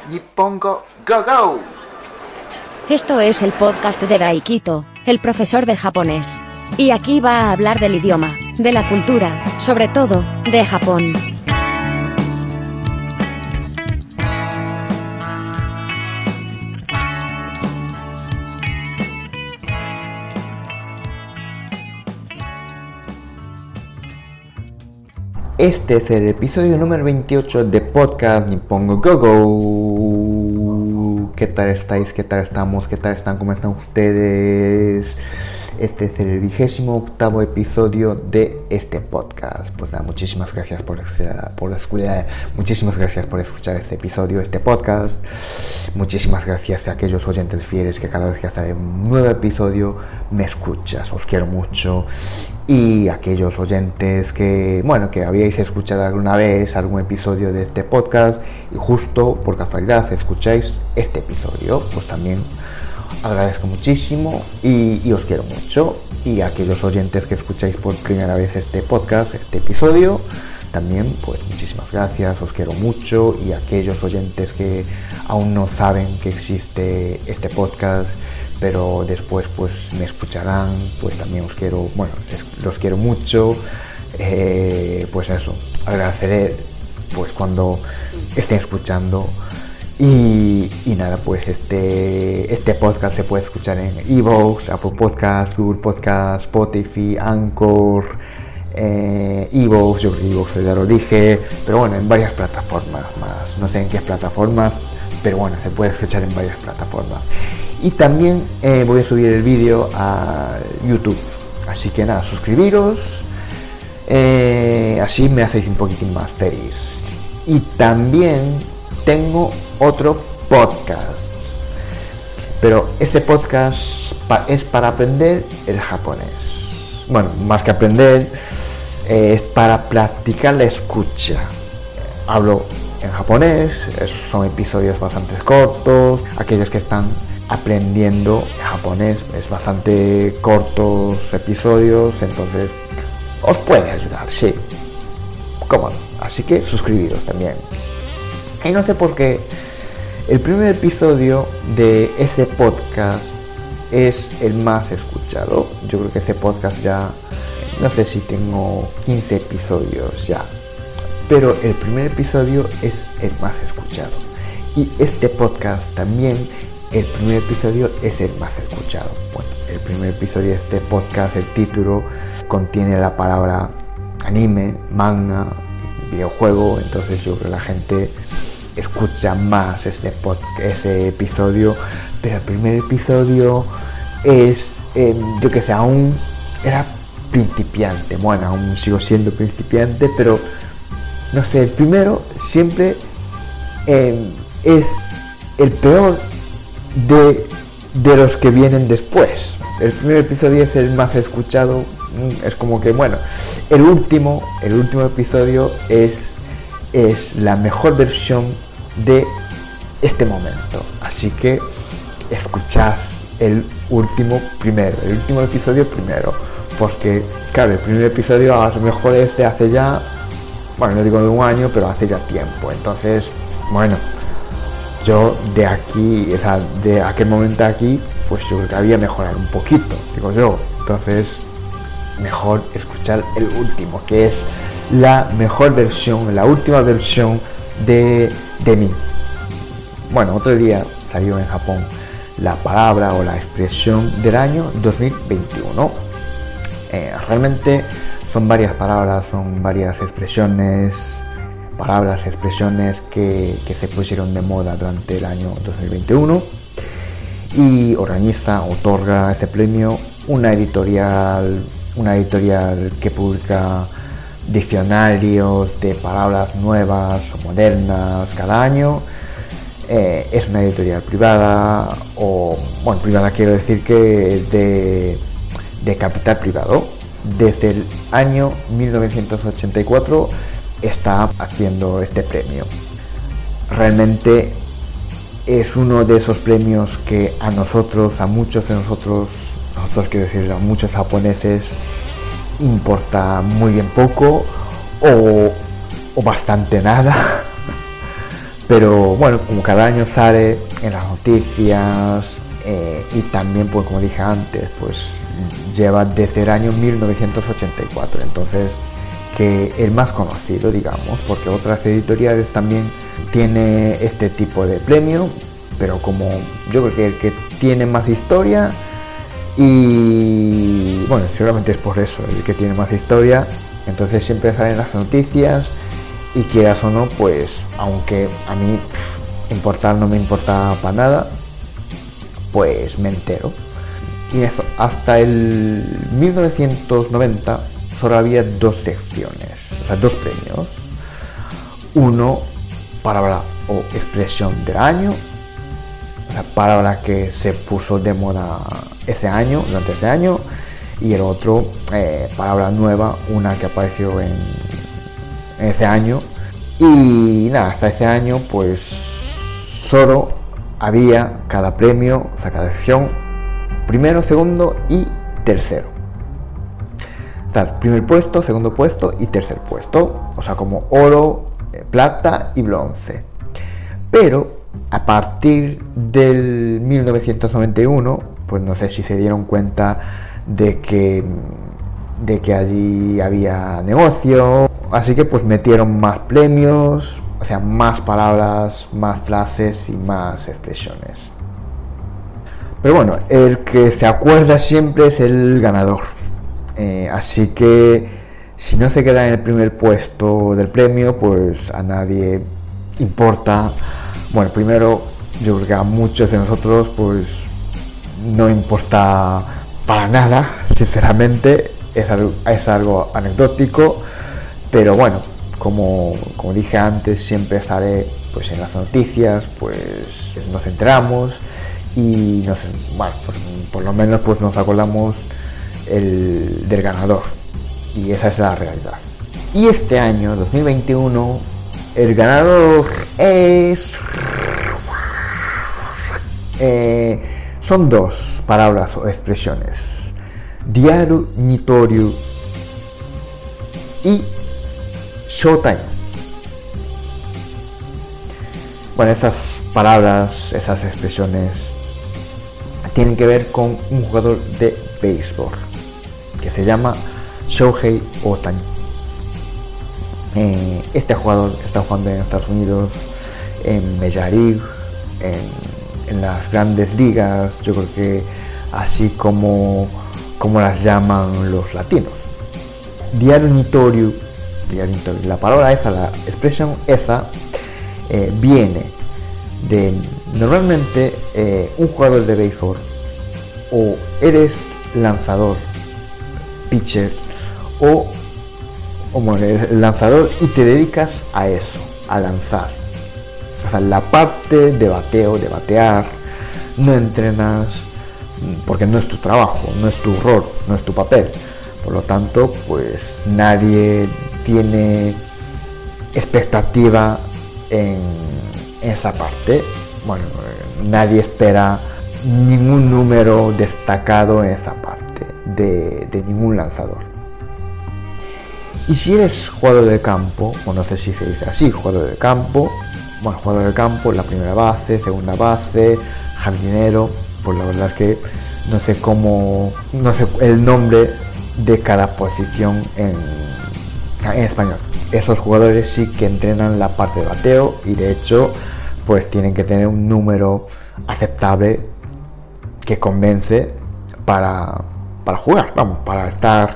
Nippongo Go Go. Esto es el podcast de Daikito, el profesor de japonés. Y aquí va a hablar del idioma, de la cultura, sobre todo, de Japón. Este es el episodio número 28 de podcast Nippongo Go Go. ¿Qué tal estáis? ¿Qué tal estamos? ¿Qué tal están? ¿Cómo están ustedes? Este es el 28º episodio de este podcast. Pues nada, muchísimas gracias muchísimas gracias por escuchar este episodio, este podcast. Muchísimas gracias a aquellos oyentes fieles que cada vez que sale un nuevo episodio me escuchas. Os quiero mucho. Y aquellos oyentes que habíais escuchado alguna vez algún episodio de este podcast y justo por casualidad escucháis este episodio, pues también agradezco muchísimo y os quiero mucho. Y aquellos oyentes que escucháis por primera vez este podcast, este episodio, también pues muchísimas gracias, os quiero mucho. Y aquellos oyentes que aún no saben que existe este podcast, pero después pues me escucharán, pues también los quiero mucho. Pues eso, agradeceré pues cuando estén escuchando. Y nada, pues este podcast se puede escuchar en iVoox, Apple Podcast, Google Podcast, Spotify, Anchor, iVoox, yo creo que iVoox ya lo dije, pero bueno, en varias plataformas más, no sé en qué plataformas, pero bueno, se puede escuchar en varias plataformas. Y también voy a subir el vídeo a YouTube, así que nada, suscribiros, así me hacéis un poquitín más feliz. Y también tengo otro podcast, pero este podcast es para aprender el japonés. Bueno, más que aprender, es para practicar la escucha. Hablo en japonés, son episodios bastante cortos. Aquellos que están aprendiendo japonés, es bastante cortos episodios, entonces os puede ayudar, sí, cómodo. Así que suscribiros también. Y no sé por qué el primer episodio de ese podcast es el más escuchado. Yo creo que ese podcast ya, no sé si tengo 15 episodios ya, pero el primer episodio es el más escuchado. Y este podcast también, el primer episodio es el más escuchado. Bueno, el primer episodio de este podcast, el título, contiene la palabra anime, manga, videojuego, entonces yo creo que la gente escucha más ese episodio, pero el primer episodio es, yo que sé, aún era principiante, bueno, aún sigo siendo principiante, pero no sé, el primero siempre es el peor de los que vienen después. El primer episodio es el más escuchado, es como que, bueno, el último episodio es la mejor versión de este momento, así que escuchad el último episodio primero, porque claro, el primer episodio a lo mejor es de hace ya, bueno, no digo de un año, pero hace ya tiempo. Entonces, bueno, yo de aquí, o sea, de aquel momento aquí, pues yo creo que había mejorar un poquito, digo yo. Entonces, mejor escuchar el último, que es la mejor versión, la última versión de mí. Bueno, otro día salió en Japón la palabra o la expresión del año 2021. Realmente son varias palabras, son varias expresiones, que se pusieron de moda durante el año 2021, y otorga ese premio una editorial que publica diccionarios de palabras nuevas o modernas cada año. Es una editorial privada, privada quiero decir que de capital privado. Desde el año 1984 está haciendo este premio. Realmente es uno de esos premios que a muchos japoneses importa muy bien poco o bastante nada, Pero bueno, como cada año sale en las noticias, y también, pues como dije antes, pues lleva desde el año 1984, entonces que el más conocido, digamos, porque otras editoriales también tiene este tipo de premio, pero como yo creo que el que tiene más historia, y bueno, seguramente es por eso, el que tiene más historia, entonces siempre salen las noticias, y quieras o no, pues aunque a mí importar no me importa para nada, pues me entero. Y eso, hasta el 1990 solo había dos secciones, o sea, dos premios. Uno, palabra o expresión del año, o sea, palabra que se puso de moda ese año, durante ese año, y el otro, palabra nueva, una que apareció en ese año. Y nada, hasta ese año pues solo había cada premio, o sea, cada sección, primero, segundo y tercero. O sea, primer puesto, segundo puesto y tercer puesto, o sea, como oro, plata y bronce. Pero a partir del 1991, pues no sé si se dieron cuenta de que allí había negocio, así que pues metieron más premios, o sea, más palabras, más frases y más expresiones. Pero bueno, el que se acuerda siempre es el ganador. Así que si no se queda en el primer puesto del premio, pues a nadie importa. Bueno, primero, yo creo que a muchos de nosotros pues no importa para nada, sinceramente, es algo anecdótico, pero bueno, como dije antes, siempre sale pues en las noticias, pues nos enteramos y bueno, pues, por lo menos pues nos acordamos del ganador, y esa es la realidad. Y este año 2021 el ganador es son dos palabras o expresiones: diario nitoriu y showtime. Bueno, esas palabras, esas expresiones tienen que ver con un jugador de béisbol que se llama Shohei Ohtani. Este jugador está jugando en Estados Unidos, en Major League, en las grandes ligas, yo creo que así como las llaman los latinos. Diario nitoriu, la palabra esa, la expresión esa, viene de normalmente un jugador de béisbol, o eres lanzador, pitcher, o lanzador y te dedicas a eso, a lanzar. O sea, la parte de bateo, de batear, no entrenas porque no es tu trabajo, no es tu rol, no es tu papel. Por lo tanto, pues nadie tiene expectativa en esa parte. Bueno, nadie espera ningún número destacado en esa parte de ningún lanzador. Y si eres jugador de campo, o no sé si se dice así, jugador de campo, bueno, jugador de campo, la primera base, segunda base, jardinero, pues la verdad es que no sé el nombre de cada posición en español. Esos jugadores sí que entrenan la parte de bateo, y de hecho pues tienen que tener un número aceptable que convence para jugar, vamos, para estar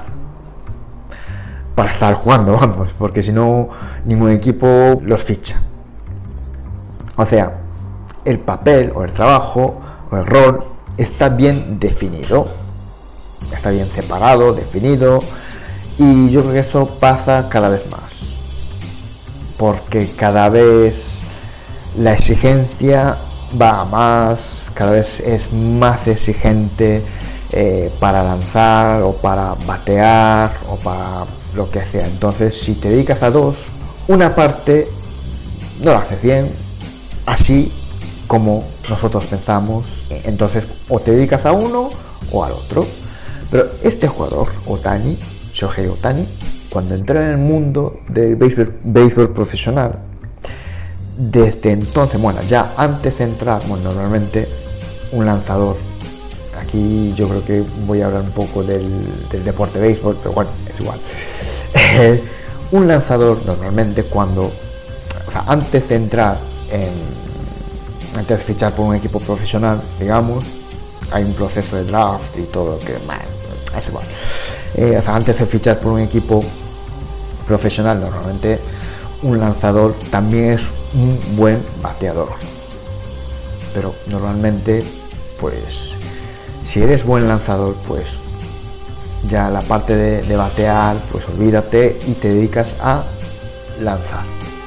jugando, vamos, porque si no ningún equipo los ficha. O sea, el papel o el trabajo o el rol está bien definido, está bien separado, definido, y yo creo que eso pasa cada vez más, porque cada vez la exigencia va a más, cada vez es más exigente para lanzar o para batear o para lo que sea. Entonces, si te dedicas a dos, una parte no lo haces bien, así como nosotros pensamos, entonces o te dedicas a uno o al otro. Pero este jugador, Ohtani, Shohei Ohtani, cuando entró en el mundo del béisbol profesional, desde entonces, bueno, ya antes de entrar, bueno, normalmente un lanzador, aquí yo creo que voy a hablar un poco del deporte de béisbol, pero bueno, es igual. Un lanzador normalmente antes de entrar antes de fichar por un equipo profesional, digamos, hay un proceso de draft y todo lo que, es igual. Antes de fichar por un equipo profesional, normalmente un lanzador también es un buen bateador. Pero normalmente, pues, si eres buen lanzador, pues ya la parte de batear, pues olvídate y te dedicas a lanzar.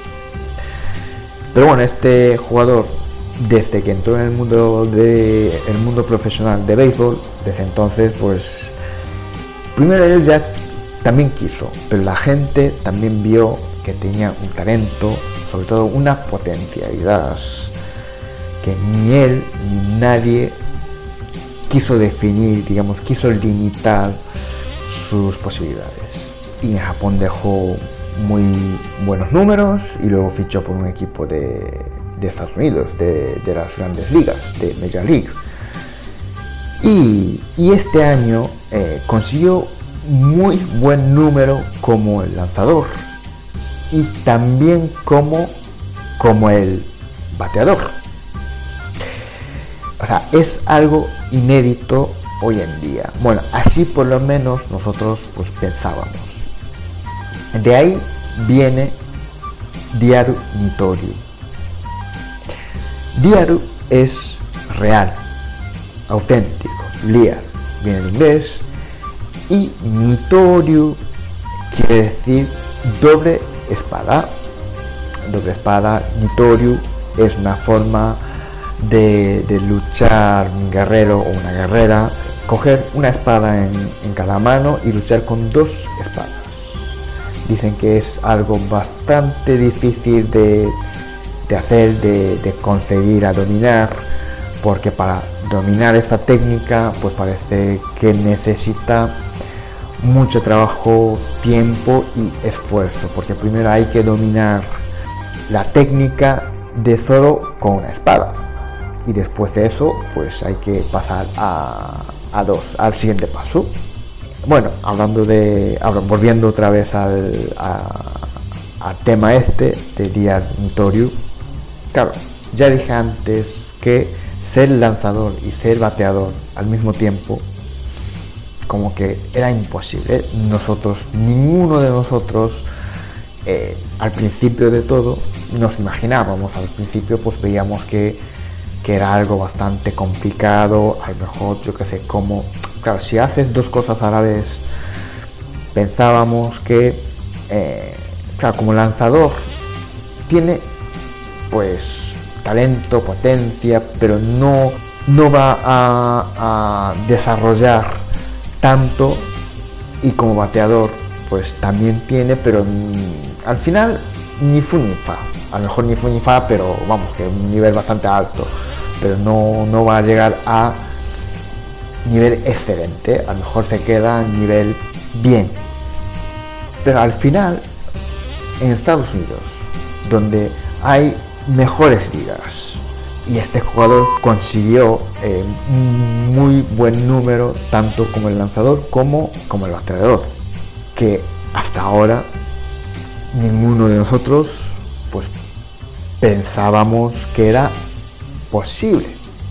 Pero bueno, este jugador, desde que entró en el mundo profesional de béisbol, desde entonces, pues, primero él ya también quiso, pero la gente también vio que tenía un talento, sobre todo una potencialidad que ni él ni nadie quiso definir, digamos, quiso limitar sus posibilidades. Y en Japón dejó muy buenos números y luego fichó por un equipo de Estados Unidos, de las grandes ligas, de Major League. Y este año consiguió muy buen número como el lanzador y también como el bateador. O sea, es algo inédito hoy en día. Bueno, así por lo menos nosotros pues pensábamos. De ahí viene Ryaru Nitoriu. Ryaru es real, auténtico. Ryaru viene de inglés y Nitoriu quiere decir doble espada. Doble espada, Nitoriu es una forma de luchar un guerrero o una guerrera, coger una espada en cada mano y luchar con dos espadas. Dicen que es algo bastante difícil de hacer, de conseguir a dominar, porque para dominar esta técnica pues parece que necesita mucho trabajo, tiempo y esfuerzo, porque primero hay que dominar la técnica de solo con una espada y después de eso pues hay que pasar al siguiente paso. Bueno, volviendo otra vez al tema de Ryaru Nitoriu, claro, ya dije antes que ser lanzador y ser bateador al mismo tiempo como que era imposible. Ninguno de nosotros al principio de todo nos imaginábamos. Al principio pues veíamos que era algo bastante complicado, a lo mejor yo que sé, claro, si haces dos cosas a la vez, pensábamos que claro, como lanzador tiene pues talento, potencia, pero no va a desarrollar tanto, y como bateador pues también tiene, pero al final ni fu ni fa, a lo mejor ni fu ni fa, pero vamos, que un nivel bastante alto, pero no va a llegar a nivel excelente, a lo mejor se queda a nivel bien. Pero al final, en Estados Unidos, donde hay mejores ligas, y este jugador consiguió un muy buen número tanto como el lanzador como el bateador, que hasta ahora ninguno de nosotros pues pensábamos que era posible,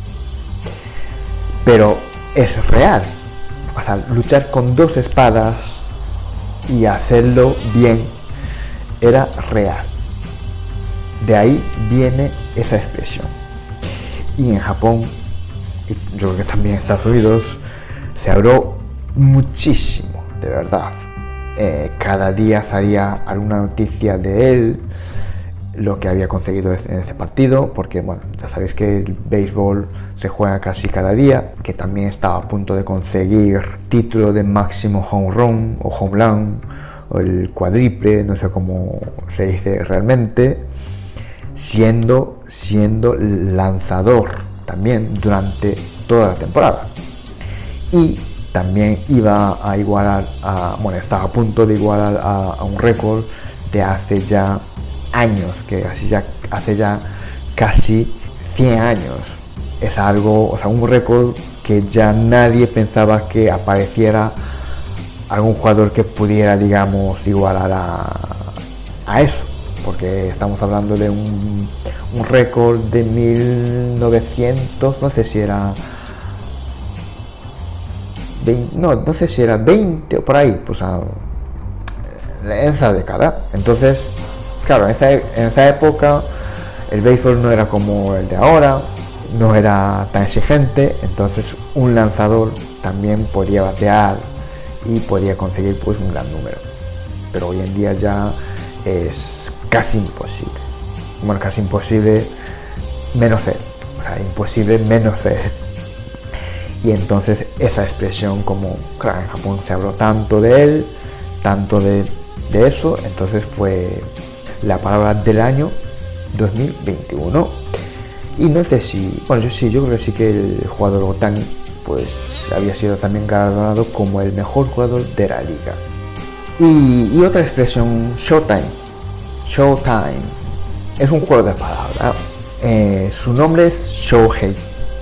pero es real. O sea, luchar con dos espadas y hacerlo bien era real. De ahí viene esa expresión. Y en Japón, y yo creo que también en Estados Unidos, se habló muchísimo, de verdad. Cada día salía alguna noticia de él, lo que había conseguido en ese partido, porque bueno, ya sabéis que el béisbol se juega casi cada día, que también estaba a punto de conseguir título de máximo home run o home run, o el cuádruple, no sé cómo se dice realmente, siendo lanzador también durante toda la temporada. Y también iba a igualar estaba a punto de igualar a un récord de hace ya años, que así ya hace ya casi 100 años. Es algo, o sea, un récord que ya nadie pensaba que apareciera algún jugador que pudiera, digamos, igualar a eso, porque estamos hablando de un récord de 1900, no sé si era 20, no sé si era 20 o por ahí, pues en esa década. Entonces, claro, en esa época el béisbol no era como el de ahora, no era tan exigente, entonces un lanzador también podía batear y podía conseguir pues un gran número, pero hoy en día ya es casi imposible. Bueno, casi imposible menos él, o sea, imposible menos él. Y entonces esa expresión, como claro, en Japón se habló tanto de él, tanto de eso, entonces fue la palabra del año 2021. Y no sé si, bueno, yo creo que sí que el jugador Ohtani pues había sido también galardonado como el mejor jugador de la liga. Y otra expresión, Showtime, es un juego de palabras. Su nombre es Shohei.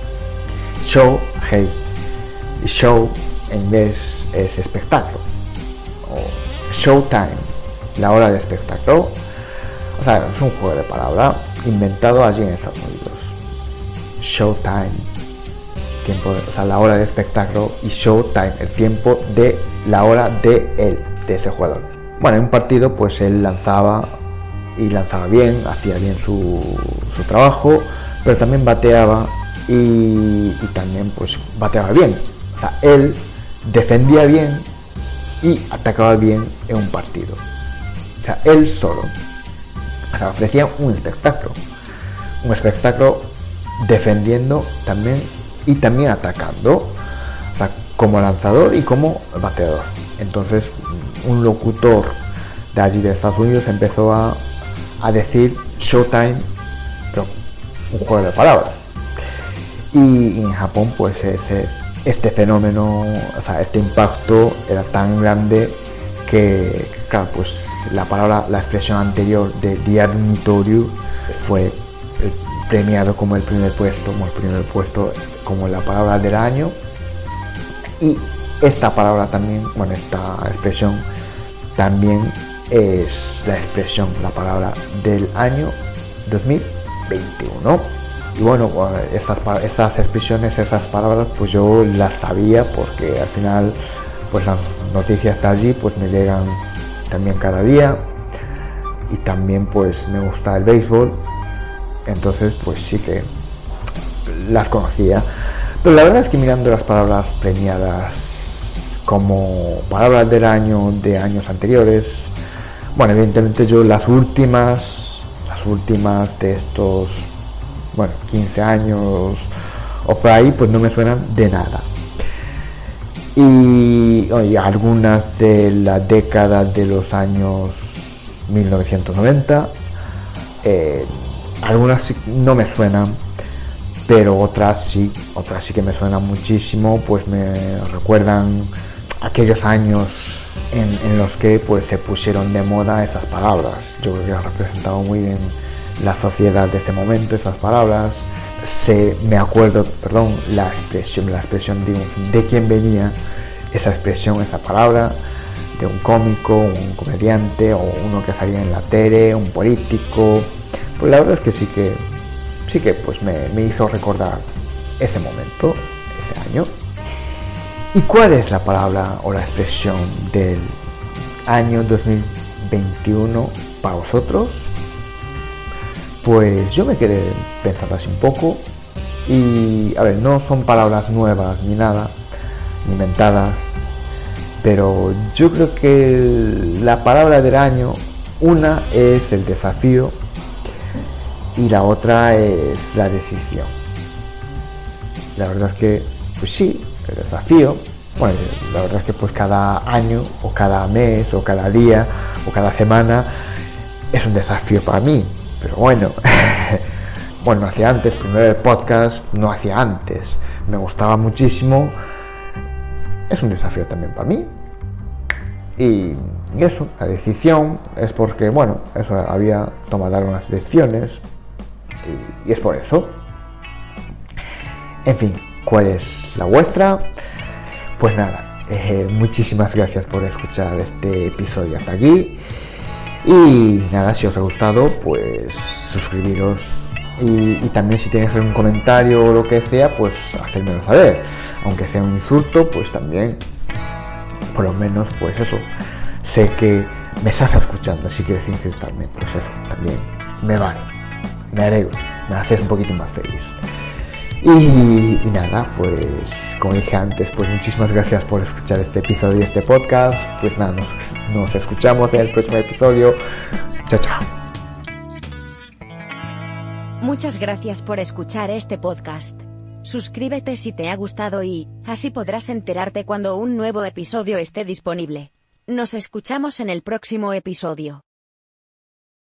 Y show en inglés es espectáculo, o Showtime, la hora de espectáculo. O sea, es un juego de palabras inventado allí en Estados Unidos. Showtime, tiempo, o sea, la hora de espectáculo, y Showtime, el tiempo de la hora de él, de ese jugador. Bueno, en un partido pues él lanzaba bien, hacía bien su trabajo, pero también bateaba y también pues bateaba bien. O sea, él defendía bien y atacaba bien en un partido. O sea, él solo. O sea, ofrecía un espectáculo defendiendo también y también atacando, o sea, como lanzador y como bateador. Entonces un locutor de allí de Estados Unidos empezó a decir Showtime, pero un juego de palabras. Y en Japón pues este fenómeno, o sea, este impacto era tan grande que, claro, pues la expresión anterior de Diarnitoriu fue premiado como el primer puesto como la palabra del año. Y esta palabra también, bueno, esta expresión también es la palabra del año 2021. Y bueno, estas expresiones, esas palabras, pues yo las sabía porque al final pues las noticias de allí pues me llegan también cada día, y también pues me gusta el béisbol, entonces pues sí que las conocía. Pero la verdad es que mirando las palabras premiadas como palabras del año de años anteriores, bueno, evidentemente yo las últimas de estos, bueno, 15 años o por ahí, pues no me suenan de nada. Y algunas de la década de los años 1990, algunas sí no me suenan, pero otras sí que me suenan muchísimo, pues me recuerdan aquellos años en los que pues se pusieron de moda esas palabras. Yo creo que ha representado muy bien la sociedad de ese momento, esas palabras. Me acuerdo, la expresión de quién venía esa expresión, esa palabra, de un cómico, un comediante o uno que salía en la tele, un político. Pues la verdad es que sí que pues me hizo recordar ese momento, ese año. ¿Y cuál es la palabra o la expresión del año 2021 para vosotros? Pues yo me quedé pensando así un poco, y a ver, no son palabras nuevas ni nada, ni inventadas, pero yo creo que la palabra del año, una es el desafío y la otra es la decisión. La verdad es que, pues sí, el desafío, bueno, la verdad es que pues cada año o cada mes o cada día o cada semana es un desafío para mí. Pero bueno, no hacía antes, primero el podcast, no hacía antes, me gustaba muchísimo, es un desafío también para mí. Y eso, la decisión es porque, bueno, eso había tomado algunas decisiones, y es por eso. En fin, ¿cuál es la vuestra? Pues nada, muchísimas gracias por escuchar este episodio hasta aquí. Y nada, si os ha gustado, pues suscribiros. Y también si tenéis algún comentario o lo que sea, pues hacérmelo saber. Aunque sea un insulto, pues también, por lo menos, pues eso, sé que me estás escuchando. Si quieres insultarme, pues eso, también me vale. Me alegro, me haces un poquito más feliz. Y nada, pues como dije antes, pues muchísimas gracias por escuchar este episodio, este podcast. Pues nada, nos escuchamos en el próximo episodio. Chao, chao. Muchas gracias por escuchar este podcast. Suscríbete si te ha gustado y así podrás enterarte cuando un nuevo episodio esté disponible. Nos escuchamos en el próximo episodio.